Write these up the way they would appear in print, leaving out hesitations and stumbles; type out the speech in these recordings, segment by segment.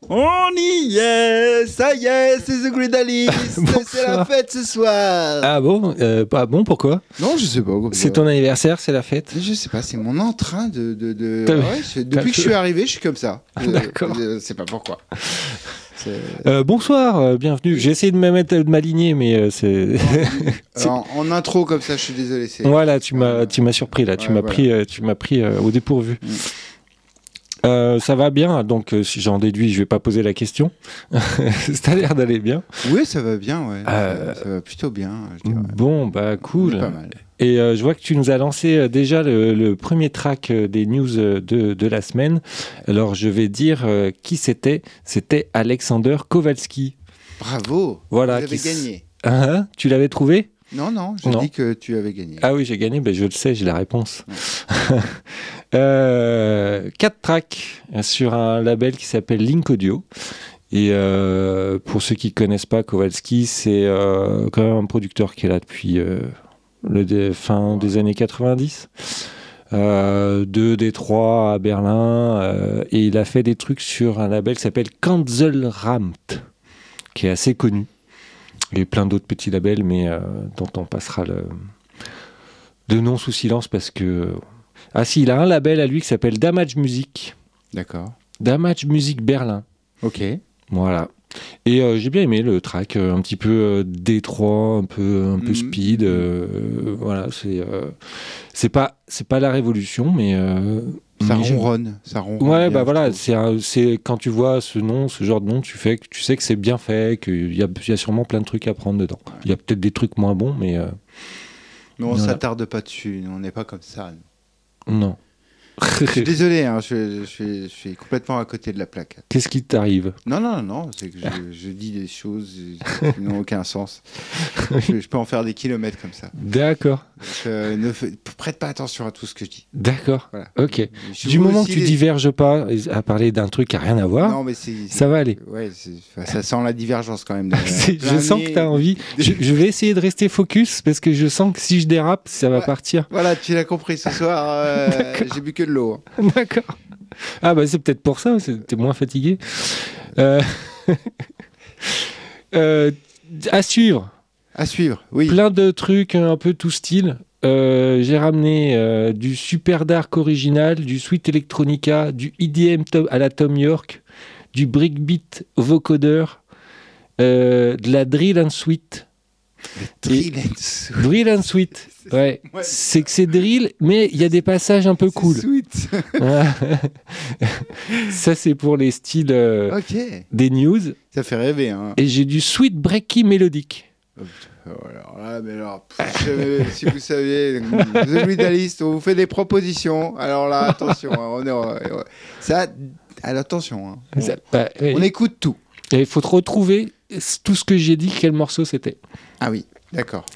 On y est, ça y est, c'est The Gridalist, c'est la fête ce soir. Ah bon Pas bon, pourquoi? Non, je sais pas. C'est ton anniversaire, c'est la fête? Je sais pas, c'est mon entrain de... Depuis que je suis arrivé, je suis comme ça. D'accord. Je sais pas pourquoi. Bonsoir, bienvenue. J'ai essayé de m'aligner, mais c'est... en intro comme ça, je suis désolé. Voilà, tu m'as surpris là, tu m'as pris au dépourvu. Ça va bien, donc si j'en déduis, je vais pas poser la question. Ça a l'air d'aller bien. Oui, ça va bien, ouais. Ça va plutôt bien, je dirais. Bon, bah cool. Pas mal. Et je vois que tu nous as lancé déjà le premier track des news de la semaine. Alors je vais dire qui c'était. C'était Alexander Kowalski. Bravo. Voilà. Vous avez gagné. Tu l'avais trouvé? Non, je dis que tu avais gagné. Ah oui, j'ai gagné, je le sais, j'ai la réponse. 4 tracks sur un label qui s'appelle Link Audio. Et pour ceux qui ne connaissent pas, Kowalski, c'est quand même un producteur qui est là depuis fin des années 90. De Détroit à Berlin. Et il a fait des trucs sur un label qui s'appelle Kanzelramt, qui est assez connu. Il y a plein d'autres petits labels, mais dont on passera le nom sous silence parce que... Ah si, il a un label à lui qui s'appelle Damage Music. D'accord. Damage Music Berlin. Ok. Voilà. Et j'ai bien aimé le track, un petit peu Détroit, un peu speed. Voilà, c'est pas la révolution, mais... Ça ronronne. Ouais, bah voilà, c'est quand tu vois ce genre de nom, tu sais que c'est bien fait, qu'il y a sûrement plein de trucs à prendre dedans. Il y a peut-être des trucs moins bons, mais... Mais on s'attarde pas dessus, on n'est pas comme ça. Non. Je suis désolé, hein, je suis complètement à côté de la plaque. Qu'est-ce qui t'arrive? Non, c'est que je dis des choses qui n'ont aucun sens. Je peux en faire des kilomètres comme ça. D'accord. Donc, prête pas attention à tout ce que je dis. D'accord. Voilà. Ok. Du moment que tu diverges pas à parler d'un truc qui n'a rien à voir, non, mais ça va aller. Ouais, ça sent la divergence quand même. Je sens que tu as envie. Je vais essayer de rester focus parce que je sens que si je dérape, ça va partir. Voilà, tu l'as compris. Ce soir, j'ai bu que de l'eau. D'accord. Ah bah c'est peut-être pour ça, t'es moins fatigué. À suivre. À suivre, oui. Plein de trucs un peu tout style. J'ai ramené du super dark original, du sweet electronica, du EDM à la Tom York, du breakbeat vocoder, de la drill and sweet. Drill and sweet. Ouais. C'est que c'est drill, mais il y a des passages un peu cool. Sweet. Ça, c'est pour les styles des news. Ça fait rêver. Hein. Et j'ai du sweet breaky mélodique. Si vous saviez, The Gridalist, on vous fait des propositions. Alors là, attention. Attention. Hein. On écoute tout. Et il faut te retrouver tout ce que j'ai dit, quel morceau c'était. Ah oui, d'accord.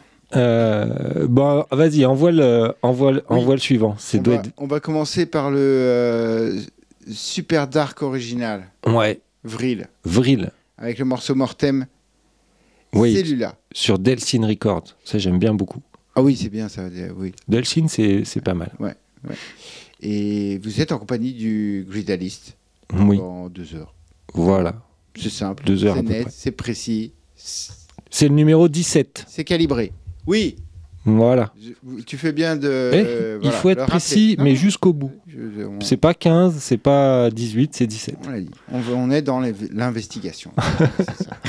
Bon, vas-y, envoie le suivant. On va commencer par le super dark original. Ouais. Vril. Avec le morceau Mortem. Oui. Celui-là. Sur Delsin Records. Ça, j'aime bien beaucoup. Ah oui, c'est bien ça. Oui. Delsin, c'est pas mal. Ouais. Et vous êtes en compagnie du Gridalist. Oui. Pendant 2 heures. Voilà. C'est simple. 2 heures c'est à peu net, près. c'est précis. C'est le numéro 17. C'est calibré. Oui. Voilà. Tu fais bien de... il faut être précis, mais jusqu'au bout. C'est pas 15, c'est pas 18, c'est 17. On l'a dit. On est dans l'investigation. C'est ça.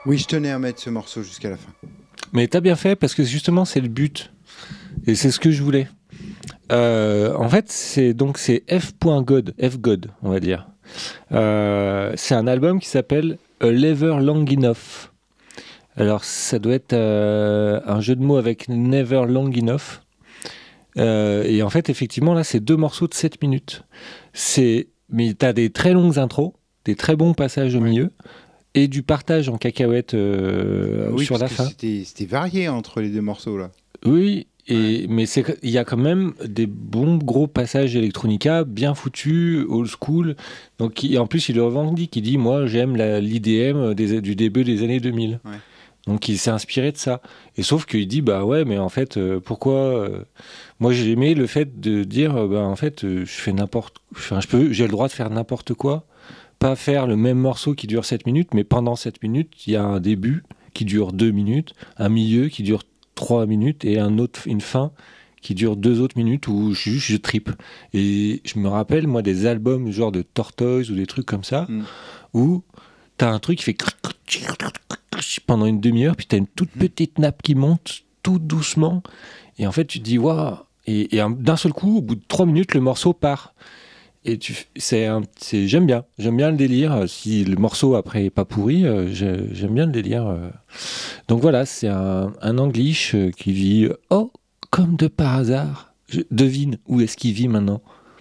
Oui, je tenais à mettre ce morceau jusqu'à la fin. Mais t'as bien fait, parce que justement, c'est le but. Et c'est ce que je voulais. En fait, c'est F.God, F-God, on va dire. C'est un album qui s'appelle A Lever Long Enough. Alors, ça doit être un jeu de mots avec Never Long Enough. Et en fait, effectivement, là, c'est 2 morceaux de 7 minutes. Mais t'as des très longues intros, des très bons passages au milieu, et du partage en cacahuète sur la fin. C'était varié entre les 2 morceaux, là. Oui, mais il y a quand même des bons gros passages Electronica bien foutus, old school. Donc, en plus, il le revendique. Il dit, moi, j'aime l'IDM du début des années 2000. Ouais. Donc, il s'est inspiré de ça. Et sauf qu'il dit, bah ouais, mais en fait, pourquoi moi, j'ai aimé le fait de dire, en fait, j'ai le droit de faire n'importe quoi. Pas faire le même morceau qui dure 7 minutes, mais pendant 7 minutes, il y a un début qui dure 2 minutes, un milieu qui dure 3 minutes et une fin qui dure 2 autres minutes où je trippe. Et je me rappelle, moi, des albums genre de Tortoise ou des trucs comme ça, où t'as un truc qui fait pendant une demi-heure, puis t'as une toute petite nappe qui monte tout doucement, et en fait, tu te dis, waouh, et d'un seul coup, au bout de 3 minutes, le morceau part. Et j'aime bien le délire. Si le morceau après est pas pourri, j'aime bien le délire. Donc voilà, c'est un English qui vit, comme de par hasard. Je devine où est-ce qu'il vit maintenant.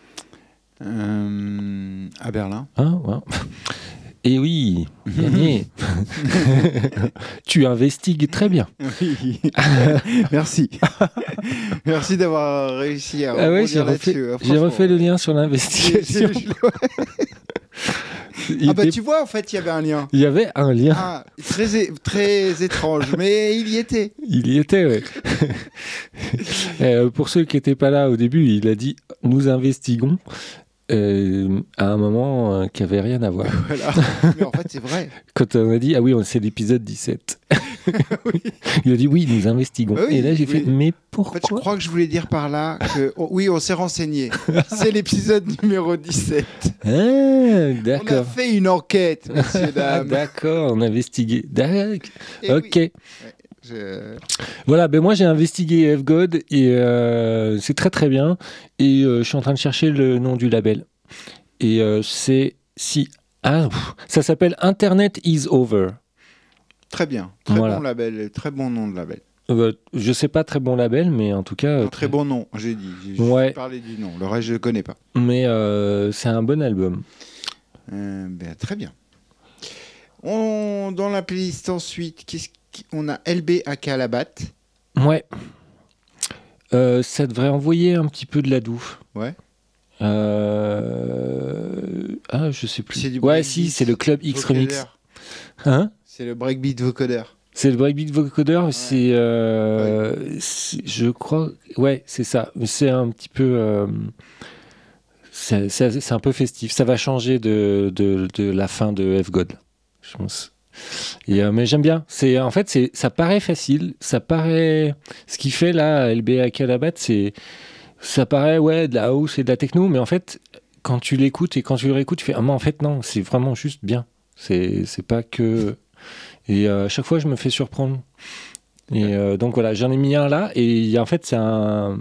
À Berlin. Hein, ouais. Et oui, gagné. Tu investigues très bien. Oui. Merci. Merci d'avoir réussi à j'ai refait le lien sur l'investigation. Tu vois, en fait, il y avait un lien. Il y avait un lien. Très étrange, mais il y était. Il y était, oui. Pour ceux qui n'étaient pas là au début, il a dit « nous investiguons ». À un moment qui n'avait rien à voir. Voilà. Mais en fait, c'est vrai. Quand on a dit, ah oui, c'est l'épisode 17. Oui. Il a dit, oui, nous investiguons. Et là, j'ai fait, mais pourquoi ? En fait, je crois que je voulais dire par là que, oui, on s'est renseigné. C'est l'épisode numéro 17. Ah, d'accord. On a fait une enquête, messieurs, dames. D'accord, on a investigué. D'accord. Ok. Oui. Voilà, moi j'ai investigué F-God et c'est très très bien. Et je suis en train de chercher le nom du label. Et ça s'appelle Internet is Over. Très bien, bon label, très bon nom de label. Je sais pas, très bon label, mais en tout cas... très bon nom, j'ai dit. J'ai parlé du nom, le reste je ne connais pas. Mais c'est un bon album. Très bien. Dans la playlist ensuite, on a LB Akalabat. Ouais. Ça devrait envoyer un petit peu de la doux. Ouais. Je sais plus. C'est le Club X Remix. Hein ? C'est le Breakbeat Vocoder. C'est le Breakbeat Vocoder, je crois... Ouais, c'est ça. Mais c'est un petit peu... c'est un peu festif. Ça va changer de la fin de F-God, je pense. Mais j'aime bien. En fait, ça paraît facile. Ça paraît... Ce qu'il fait là, LB Akalabat, ça paraît de la house et de la techno, mais en fait, quand tu l'écoutes et quand tu le réécoutes, tu fais en fait non, c'est vraiment juste bien. C'est pas que... Et à chaque fois, je me fais surprendre. Et donc voilà, j'en ai mis un là, et en fait, c'est un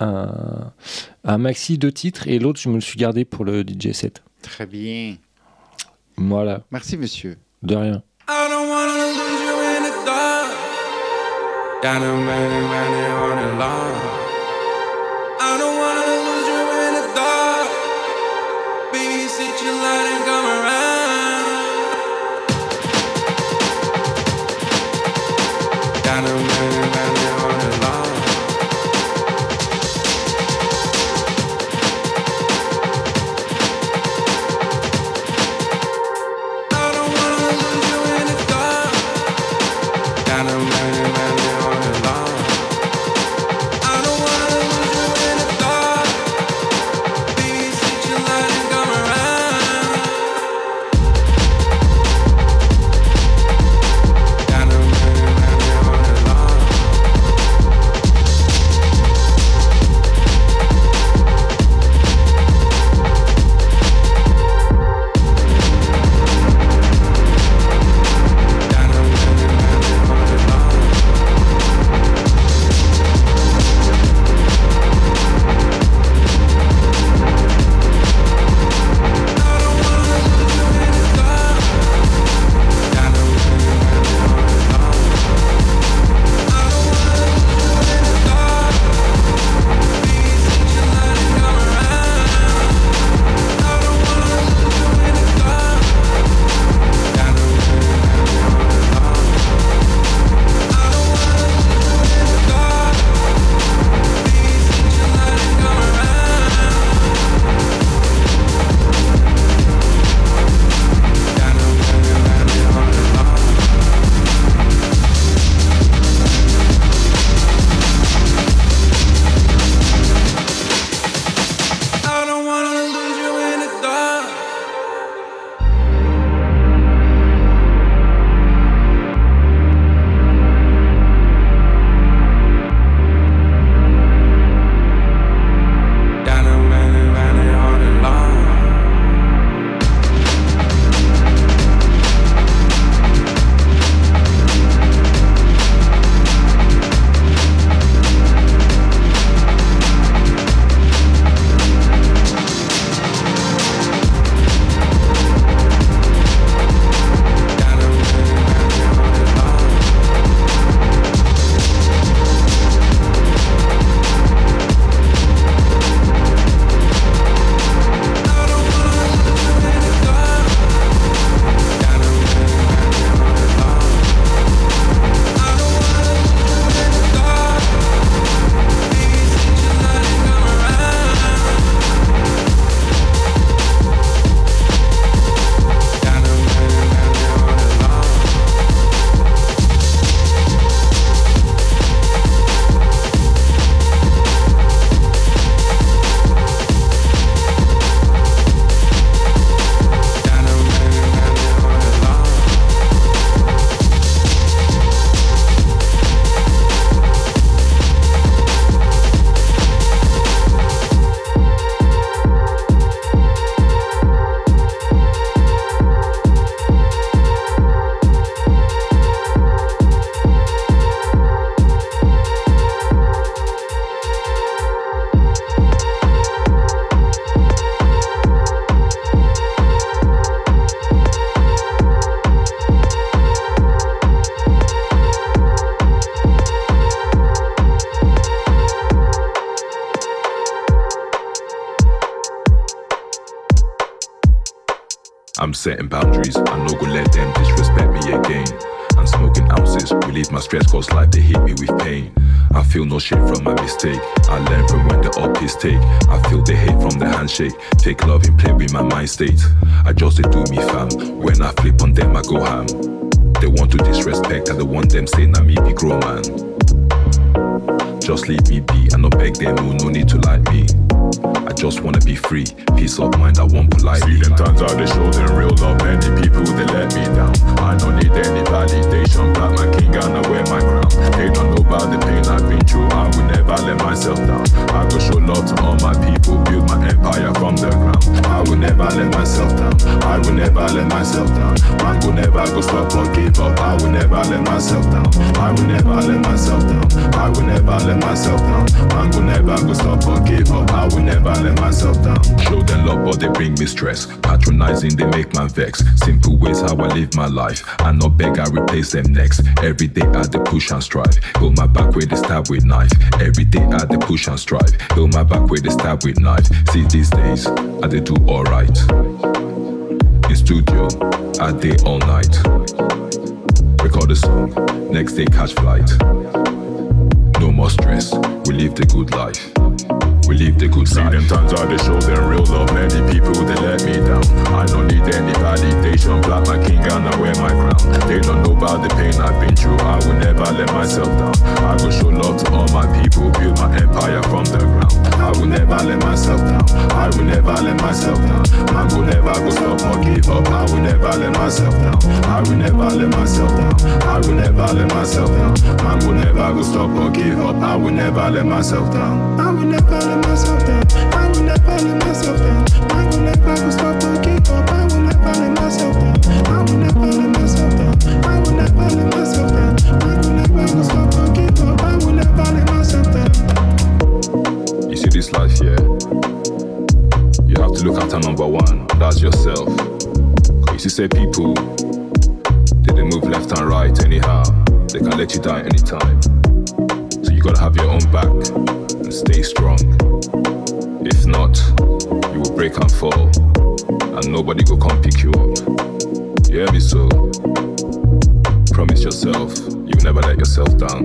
maxi 2 titres, et l'autre, je me le suis gardé pour le DJ set. Très bien. Voilà. Merci, monsieur. De rien. I don't wanna lose you in the dark. Got a many on the line. I don't wanna lose you in the dark. Baby, sit your light and come around. Got a many on the line. Got a setting boundaries. I no go let them disrespect me again. And smoking ounces relieve my stress, cause life they hit me with pain. I feel no shame from my mistake. I learn from when the up is take. I feel the hate from the handshake. Fake love in play with my mind state. I just do me fam. When I flip on them I go ham. They want to disrespect, I don't want them saying I me be grown man. Just leave me be, I no beg them, no need to like me. I just wanna be free, peace of mind, I want politely. See them times how they show them real love, many people they let me down. I don't need any validation, black my king and I wear my crown. They don't know about the pain I've been through, I will never let myself down. I go show love to all my people, build my empire from the ground. I will never let myself down, I will never let myself down. Man go never go stop or give up, I will never let myself down. I will never let myself down, I will never let myself down. Man go never go stop or give up, I will never let myself down. Show them love but they bring me stress. Patronizing they make man vex. Simple ways how I live my life. I no beg I replace them next. Every day I dey push and strive. Hold my back where they stab with knife. Every day I dey push and strive. Hold my back where they stab with knife. See these days I dey do alright. In studio I dey all night. Record a song, next day catch flight. No more stress, we live the good life. We live the good life. See them times how they show them real love. Many people they let me down. I don't need any validation. Black my king and I wear my crown. They don't know about the pain I've been through. I will never let myself down. I will show love to all my people. Build my empire from the ground. I will never let myself down. I will never let myself down. Man will never go stop or give up. I will never let myself down. I will never let myself down. I will never let myself down. Man will never go stop or give up. I will never let myself down. I will never let myself down. I will never let myself down. I will never go stop or give up. I will never let myself down. I will never let myself down. I will never let myself down. I will never go stop or give up. I will never let myself down. You see this life here, you have to look after number one, that's yourself. You see say people, they move left and right anyhow. They can let you down anytime. So you gotta have your own back and stay strong. If not, you will break and fall, and nobody go come pick you up. You hear me? So promise yourself you will never let yourself down.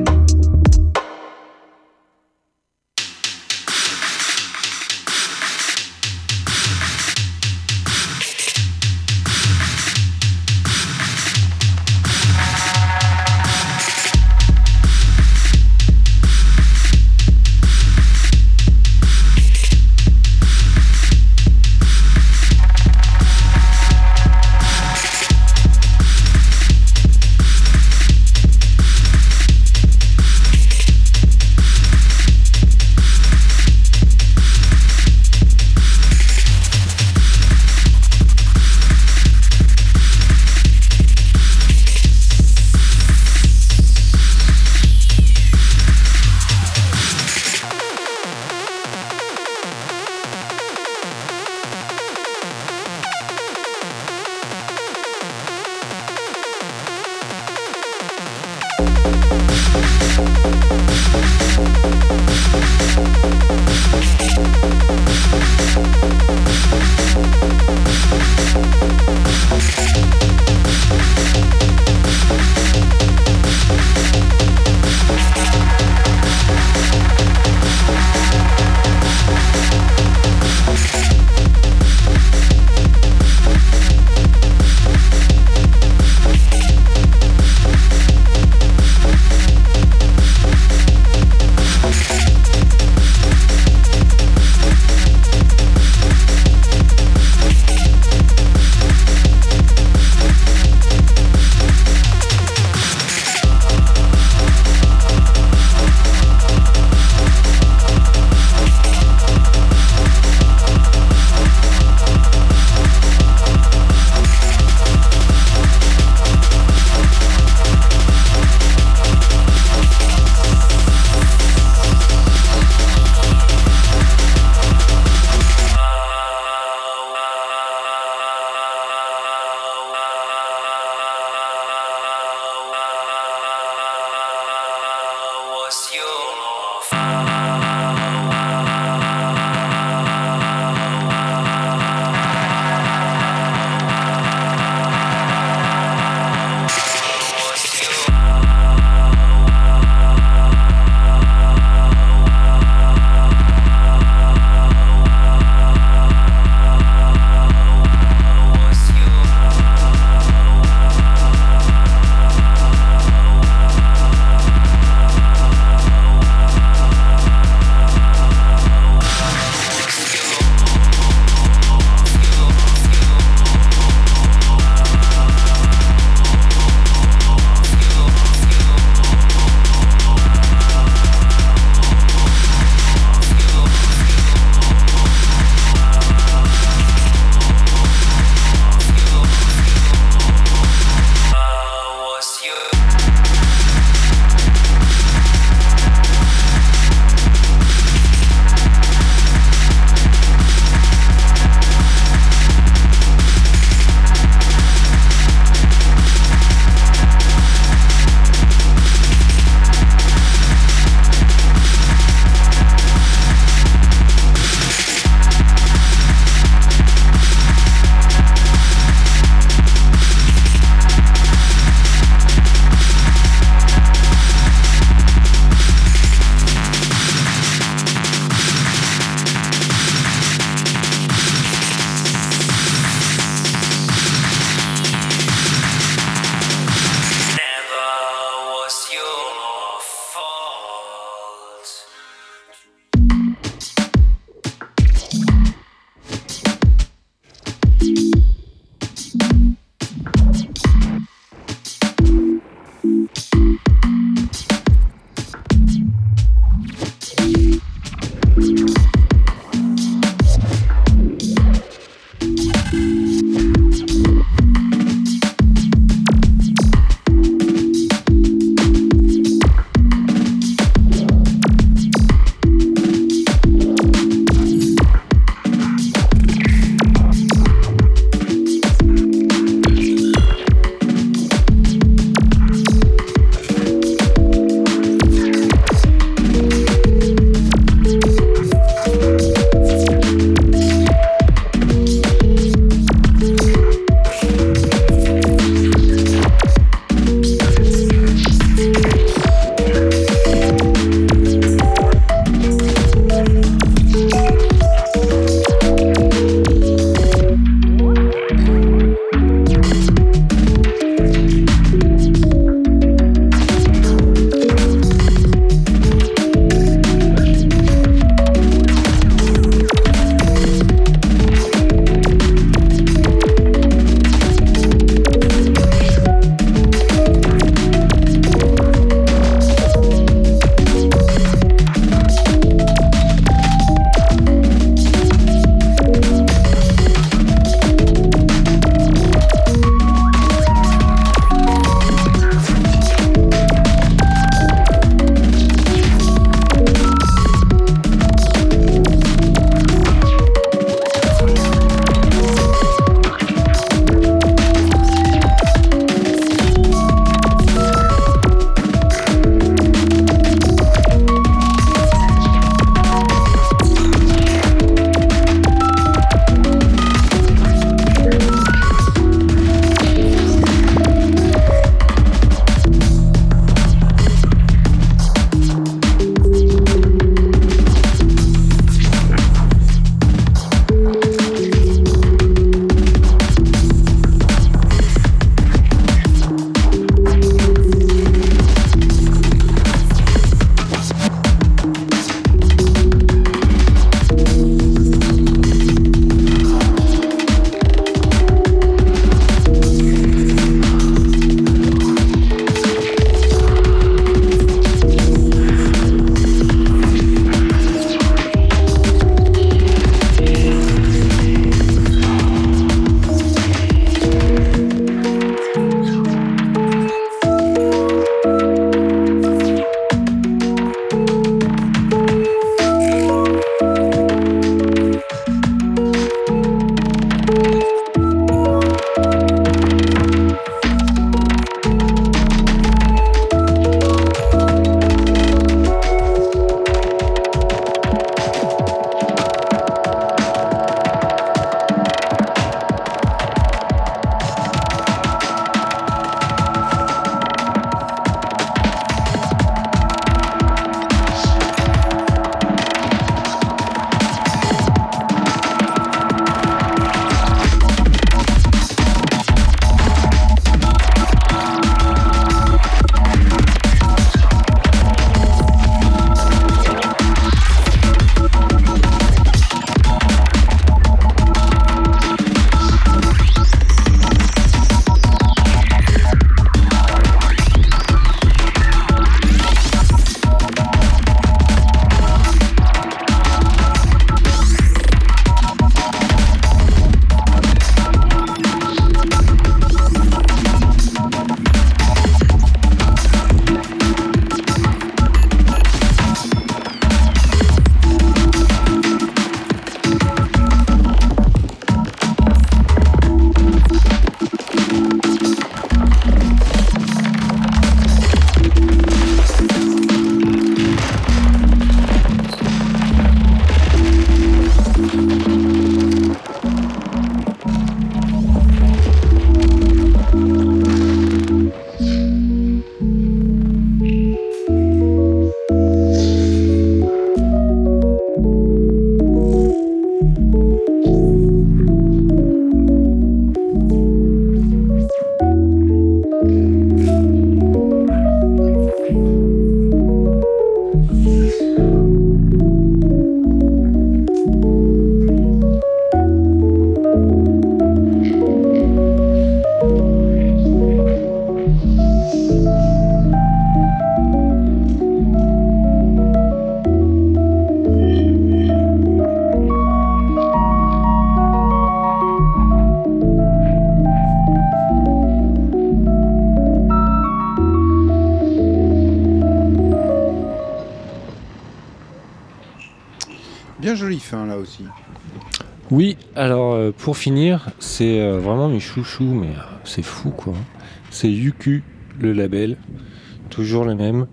Bien jolie fin là aussi. Oui, alors pour finir, c'est vraiment mes chouchous, mais c'est fou quoi. C'est UQ, le label, toujours le même.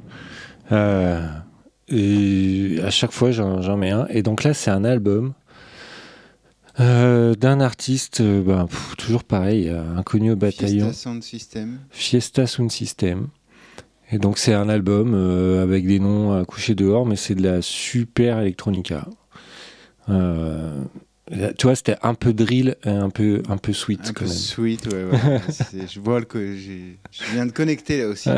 Et à chaque fois j'en mets un. Et donc là c'est un album d'un artiste, toujours pareil, inconnu au bataillon. Fiesta Sound System. Et donc c'est un album avec des noms à coucher dehors, mais c'est de la super electronica. Tu vois, c'était un peu drill et un peu sweet. Un peu sweet, ouais. Je vois je viens de connecter là aussi.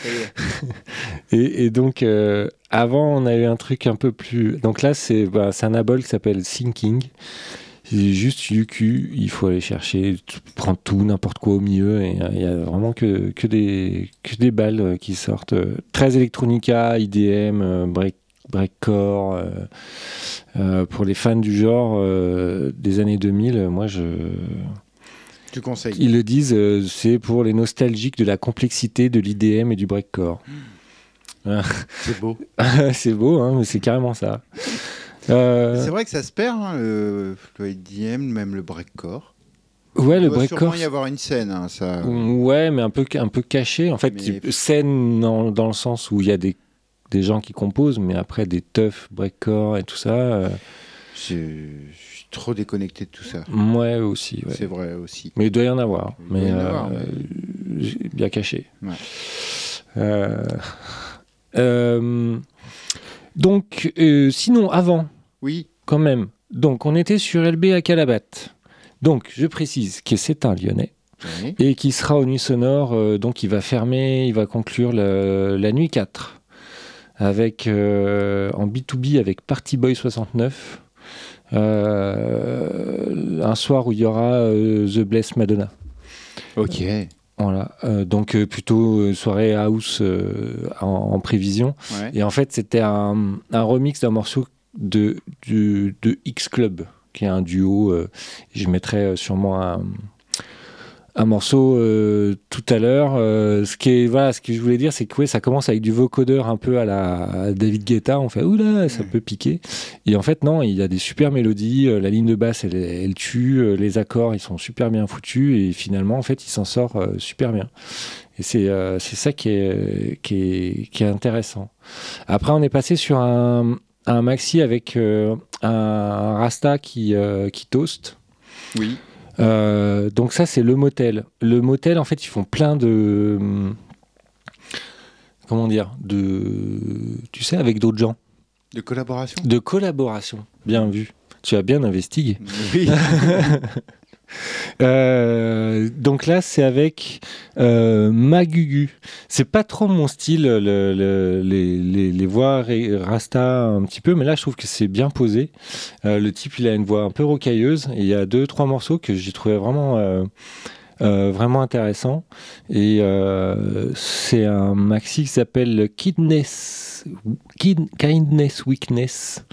et donc, avant, on a eu un truc un peu plus. Donc là, c'est un album qui s'appelle Thinking. C'est juste UQ, il faut aller chercher, prendre tout, n'importe quoi au milieu, et il y a vraiment que des balles qui sortent. Très electronica, IDM, breakcore. Pour les fans du genre des années 2000, moi tu conseilles. Ils le disent, c'est pour les nostalgiques de la complexité de l'IDM et du breakcore. C'est beau. C'est beau, hein, mais c'est carrément ça. C'est vrai que ça se perd, hein, le IDM, même le breakcore. Ouais, le breakcore. Il doit sûrement y avoir une scène, hein, ça. Ouais, mais un peu caché. En fait, scène dans le sens où il y a des gens qui composent, mais après des teufs, breakcore et tout ça. Je suis trop déconnecté de tout ça. Ouais, aussi. Ouais. C'est vrai aussi. Mais il doit y en avoir. Mais bien caché. Ouais. Donc, sinon, avant. Oui. Quand même. Donc, on était sur LB à Calabat. Donc, je précise que c'est un Lyonnais. Oui. Et qui sera au Nuits Sonores. Donc, il va conclure la nuit 4. Avec, en B2B avec Party Boy 69. Un soir où il y aura The Blessed Madonna. Ok. Voilà, donc plutôt soirée house en prévision. Ouais. Et en fait, c'était un remix d'un morceau de X Club, qui est un duo. Je mettrai sûrement un morceau tout à l'heure. Ce que je voulais dire, c'est que ouais, ça commence avec du vocodeur un peu à la David Guetta. On fait oula, ça peut piquer. Et en fait, non, il y a des super mélodies. La ligne de basse, elle tue. Les accords, ils sont super bien foutus. Et finalement, en fait, il s'en sort super bien. Et c'est ça qui est intéressant. Après, on est passé sur un maxi avec un Rasta qui toast. Oui. Donc ça c'est le motel. Le motel en fait ils font plein de tu sais, avec d'autres gens. De collaboration. De collaboration. Bien vu. Tu as bien investigué. Oui. Donc là c'est avec Magugu. C'est pas trop mon style, les voix rasta un petit peu, mais là je trouve que c'est bien posé. Le type il a une voix un peu rocailleuse et il y a 2-3 morceaux que j'ai trouvé vraiment intéressant. Et c'est un maxi qui s'appelle Kindness Weakness.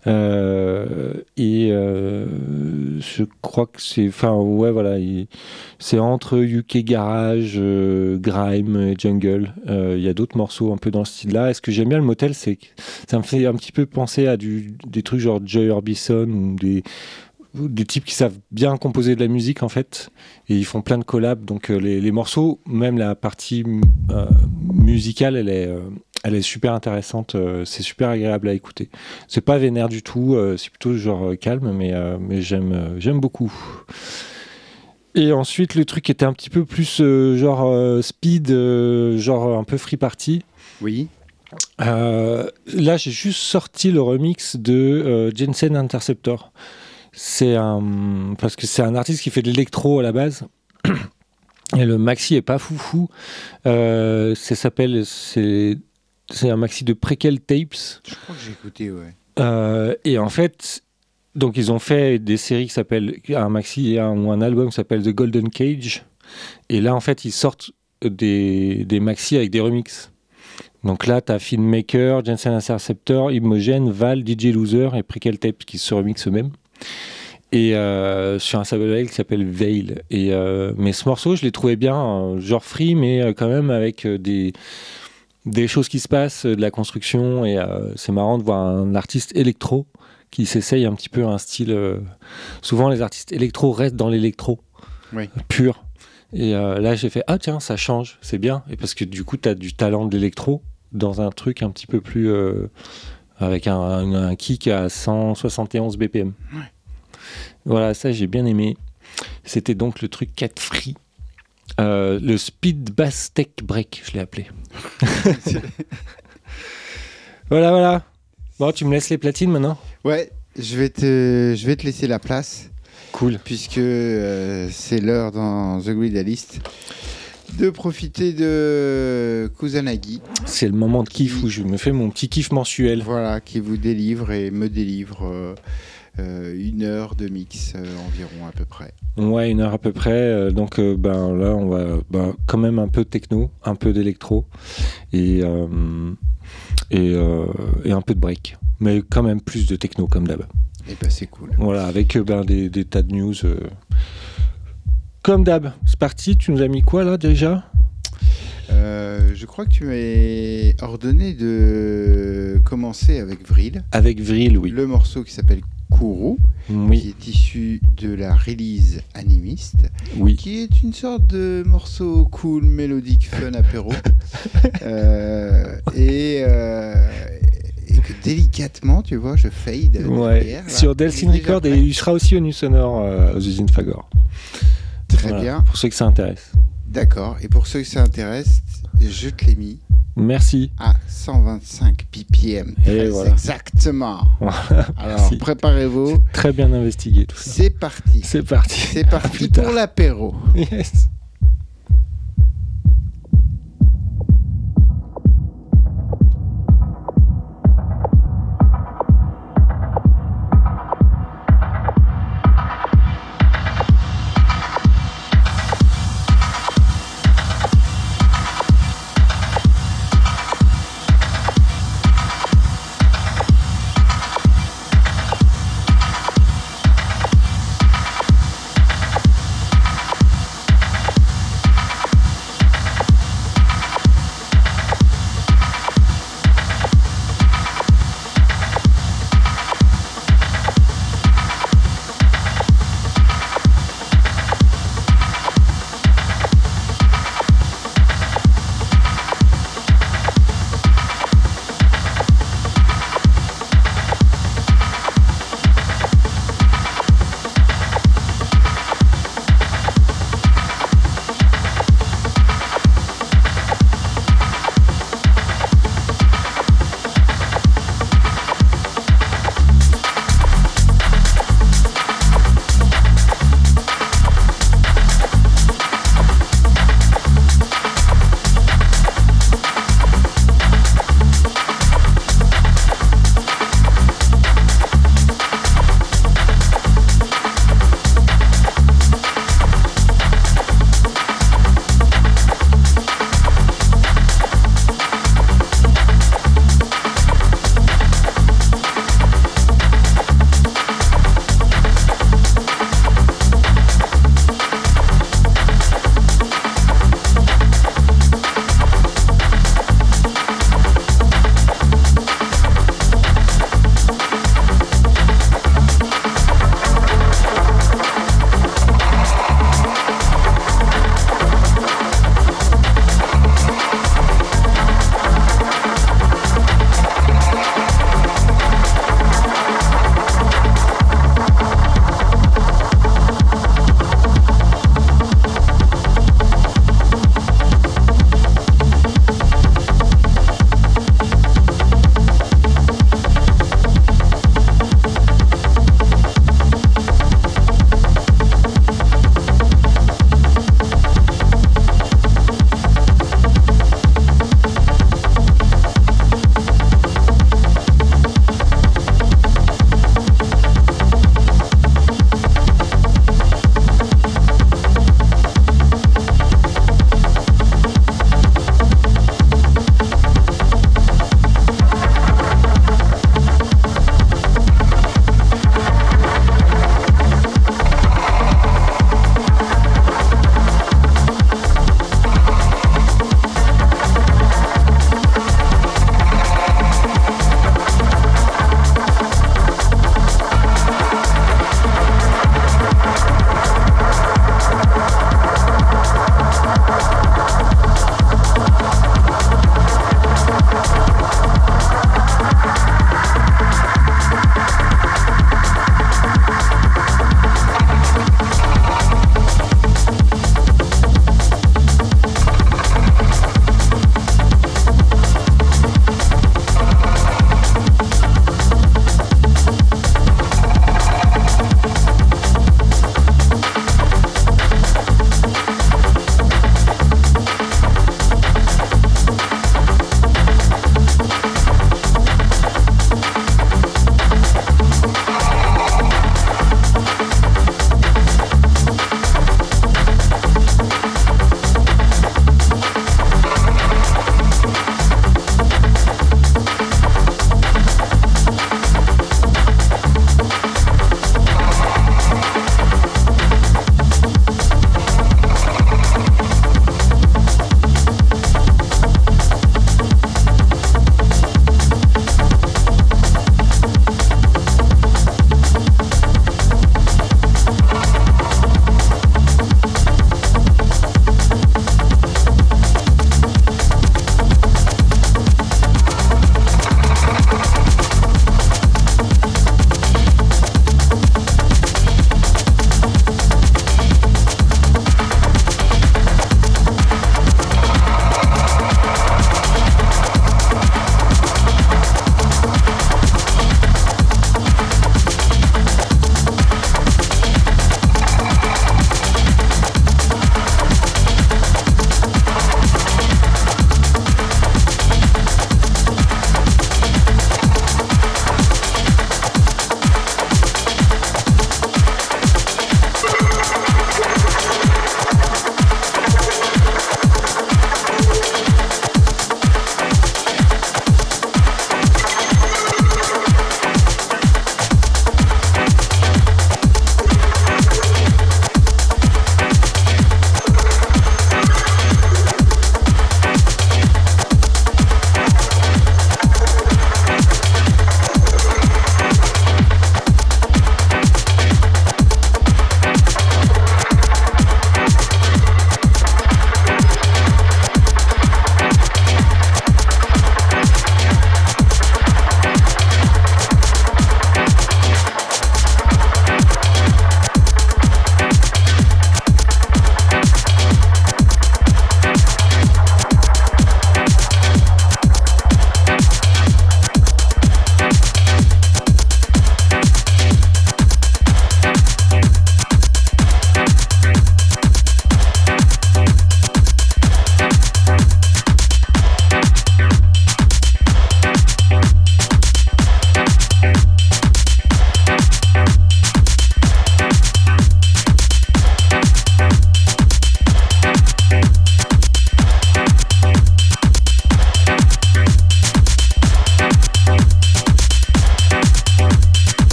Je crois que c'est. Enfin, ouais, voilà. C'est entre UK Garage, Grime et Jungle. Il y a d'autres morceaux un peu dans ce style-là. Et ce que j'aime bien le motel, c'est que ça me fait un petit peu penser à des trucs genre Joy Orbison ou des types qui savent bien composer de la musique en fait, et ils font plein de collabs, donc les morceaux, même la partie musicale, elle est super intéressante, c'est super agréable à écouter, c'est pas vénère du tout, c'est plutôt genre calme, mais j'aime beaucoup. Et ensuite le truc était un petit peu plus genre speed, genre un peu free party. Oui. Là j'ai juste sorti le remix de Jensen Interceptor. Parce que c'est un artiste qui fait de l'électro à la base. Et le maxi est pas foufou. C'est un maxi de Prequel Tapes. Je crois que j'ai écouté, ouais. Et en fait, donc ils ont fait des séries qui s'appellent un maxi ou un album qui s'appelle The Golden Cage. Et là, en fait, ils sortent des maxi avec des remixes. Donc là, tu as Filmmaker, Jensen Interceptor, Imogen, Val, DJ Loser et Prickle Tape qui se remixent eux-mêmes. Et sur un label qui s'appelle Veil. Mais ce morceau, je l'ai trouvé bien, genre free, mais quand même avec des choses qui se passent, de la construction. Et c'est marrant de voir un artiste électro qui s'essaye un petit peu un style. Souvent, les artistes électro restent dans l'électro pur. Et là, j'ai fait ah tiens, ça change, c'est bien. Et parce que du coup, tu as du talent de l'électro dans un truc un petit peu plus avec un kick à 171 BPM. Ouais. Voilà, ça j'ai bien aimé. C'était donc le truc 4 free. Le Speed Bass Tech Break, je l'ai appelé. Voilà. Bon, tu me laisses les platines maintenant ? Ouais, je vais te laisser la place. Cool. Puisque c'est l'heure dans The Guidalist de profiter de Kusanagi. C'est le moment de kiff où je me fais mon petit kiff mensuel. Voilà, qui vous délivre et me délivre 1 heure de mix environ à peu près. Ouais, 1 heure à peu près. Donc là, on va quand même un peu de techno, un peu d'électro et un peu de break. Mais quand même plus de techno comme d'hab. Et ben c'est cool. Voilà, avec des tas de news. Comme d'hab, c'est parti. Tu nous as mis quoi là déjà ? Je crois que tu m'as ordonné de commencer avec Vril. Avec Vril, oui. Le morceau qui s'appelle Kourou, qui est issu de la release Animiste, qui est une sorte de morceau cool, mélodique, fun, apéro. Et que délicatement, tu vois, je fade derrière, sur Delsin Record, et il sera aussi au Nu Sonore aux usines Fagor. Très bien. Pour ceux que ça intéresse. D'accord. Et pour ceux que ça intéresse, je te l'ai mis. Merci. À 125 ppm. Et voilà. Exactement. Alors, préparez-vous. Très bien investigué tout ça. C'est parti. C'est parti pour l'apéro. Yes.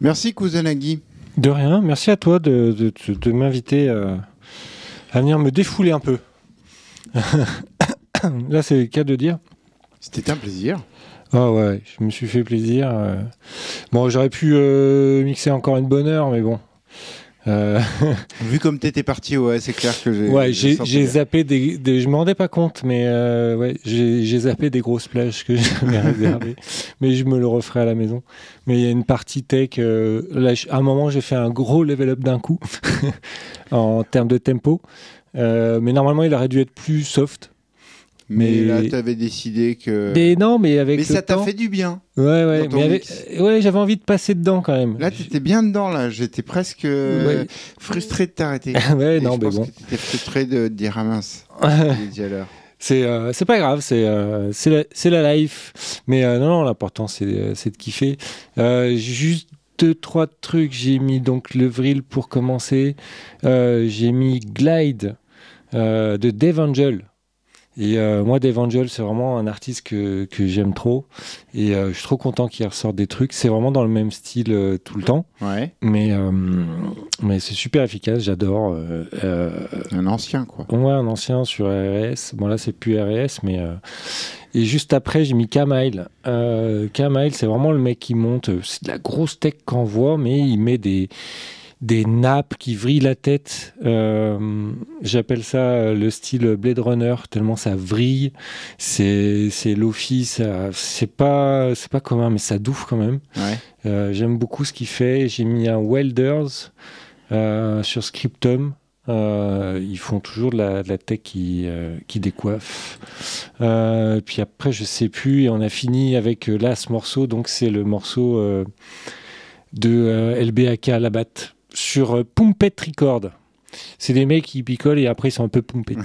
Merci Kusanagi. De rien, merci à toi de m'inviter à venir me défouler un peu. Là, c'est le cas de dire. C'était un plaisir. Ah ouais, je me suis fait plaisir. Bon, j'aurais pu mixer encore une bonne heure, mais bon. Vu comme t'étais parti, ouais, c'est clair que j'ai zappé je me rendais pas compte, mais ouais, j'ai zappé des grosses plages que j'avais réservées, mais je me le referai à la maison. Mais il y a une partie tech, là, à un moment j'ai fait un gros level up d'un coup en termes de tempo, mais normalement il aurait dû être plus soft. Mais là, t'avais décidé que. Mais ça t'a fait du bien. Ouais, mais j'avais envie de passer dedans quand même. Là, t'étais bien dedans, là. J'étais presque frustré de t'arrêter. Ouais, je pense que t'étais frustré de dire mince. C'est pas grave, c'est la life. Mais non, l'important, c'est de kiffer. Juste 2-3 trucs. J'ai mis donc le Vril pour commencer. J'ai mis Glide de Dave Angel. Et moi, Dave Angel, c'est vraiment un artiste que j'aime trop. Et je suis trop content qu'il ressorte des trucs. C'est vraiment dans le même style tout le temps. Ouais. Mais c'est super efficace, j'adore. Un ancien, quoi. Ouais, un ancien sur RS. Bon, là, c'est plus RS, mais... Et juste après, j'ai mis Kamail. Kamail, c'est vraiment le mec qui monte. C'est de la grosse tech qu'on voit, mais il met des nappes qui vrillent la tête. J'appelle ça le style Blade Runner, tellement ça vrille. C'est lofi, c'est pas commun, mais ça douffe quand même. Ouais. J'aime beaucoup ce qu'il fait. J'ai mis un Welders sur Scriptum. Ils font toujours de la tech qui décoiffe. Puis après, je sais plus. Et on a fini avec là ce morceau. Donc c'est le morceau de LBAK Labat sur Pumpet Record. C'est des mecs qui picolent et après ils sont un peu pumpet.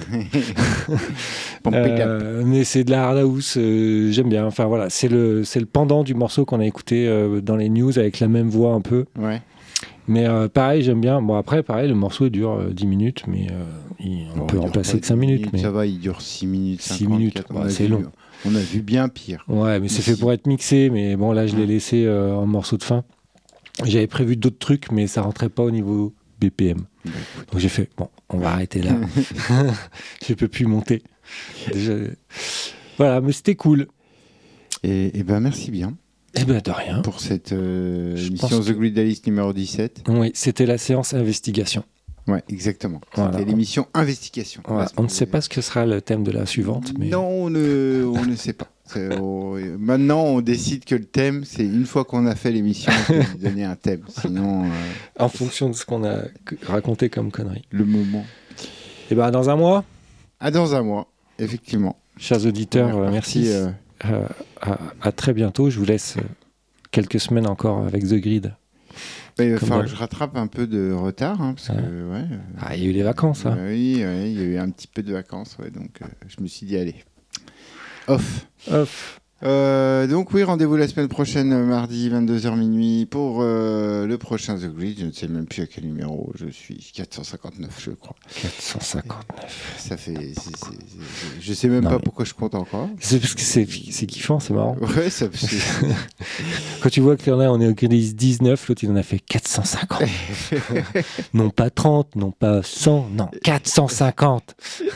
Mais c'est de la hard house, j'aime bien. Enfin voilà, c'est le pendant du morceau qu'on a écouté dans les news avec la même voix un peu. Ouais. Mais pareil, j'aime bien. Bon après, pareil, le morceau dure 10 minutes, mais on peut remplacer que 5 minutes. Mais... Ça va, il dure 6 minutes. 6 minutes, c'est long. On a vu bien pire. Ouais, mais c'est fait pour être mixé, mais bon là je l'ai laissé en morceau de fin. J'avais prévu d'autres trucs, mais ça rentrait pas au niveau BPM. Donc j'ai fait, bon, on va arrêter là. Je peux plus monter. Déjà... Voilà, mais c'était cool. Et ben merci bien. Et ben de rien. Pour cette émission The Glidalist numéro 17. Oui, c'était la séance investigation. Ouais, exactement. Voilà. C'était l'émission investigation. Voilà. On ne sait pas ce que sera le thème de la suivante. Mais... Non, on ne sait pas. Maintenant, on décide que le thème, c'est une fois qu'on a fait l'émission, on peut lui donner un thème. Sinon, en fonction de ce qu'on a raconté comme conneries. Le moment. Et ben dans un mois. Dans un mois, effectivement. Chers auditeurs, merci. À très bientôt. Je vous laisse quelques semaines encore avec The Grid. Il va falloir que je rattrape un peu de retard. Parce que, il y a eu les vacances. Hein. Oui, il y a eu un petit peu de vacances. Donc, je me suis dit, allez. Off. Donc oui, rendez-vous la semaine prochaine, mardi 22h minuit pour le prochain The Grid. Je ne sais même plus à quel numéro je suis. 459, je crois. 459. Ça fait... Je sais même pas pourquoi je compte encore. C'est parce que c'est kiffant, c'est marrant. Ouais, ça... Quand tu vois qu'il y en a, on est au Grid 19, l'autre il en a fait 450. Non pas 30, non pas 100, non, 450.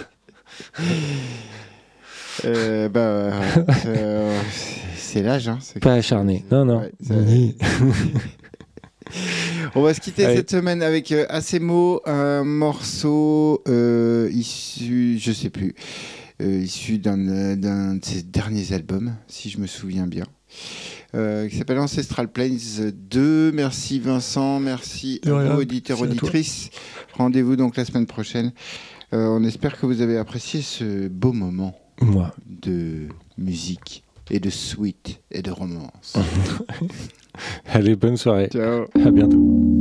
C'est l'âge, hein. Pas acharné. Non. Ouais, on va se quitter cette semaine avec Asemo, un morceau issu, je sais plus, issu d'un de ses derniers albums, si je me souviens bien, qui s'appelle Ancestral Plains 2. Merci Vincent, merci à vous, auditeurs, auditrices. Rendez-vous donc la semaine prochaine. On espère que vous avez apprécié ce beau moment de musique et de sweet et de romance. Allez, bonne soirée. Ciao. À bientôt.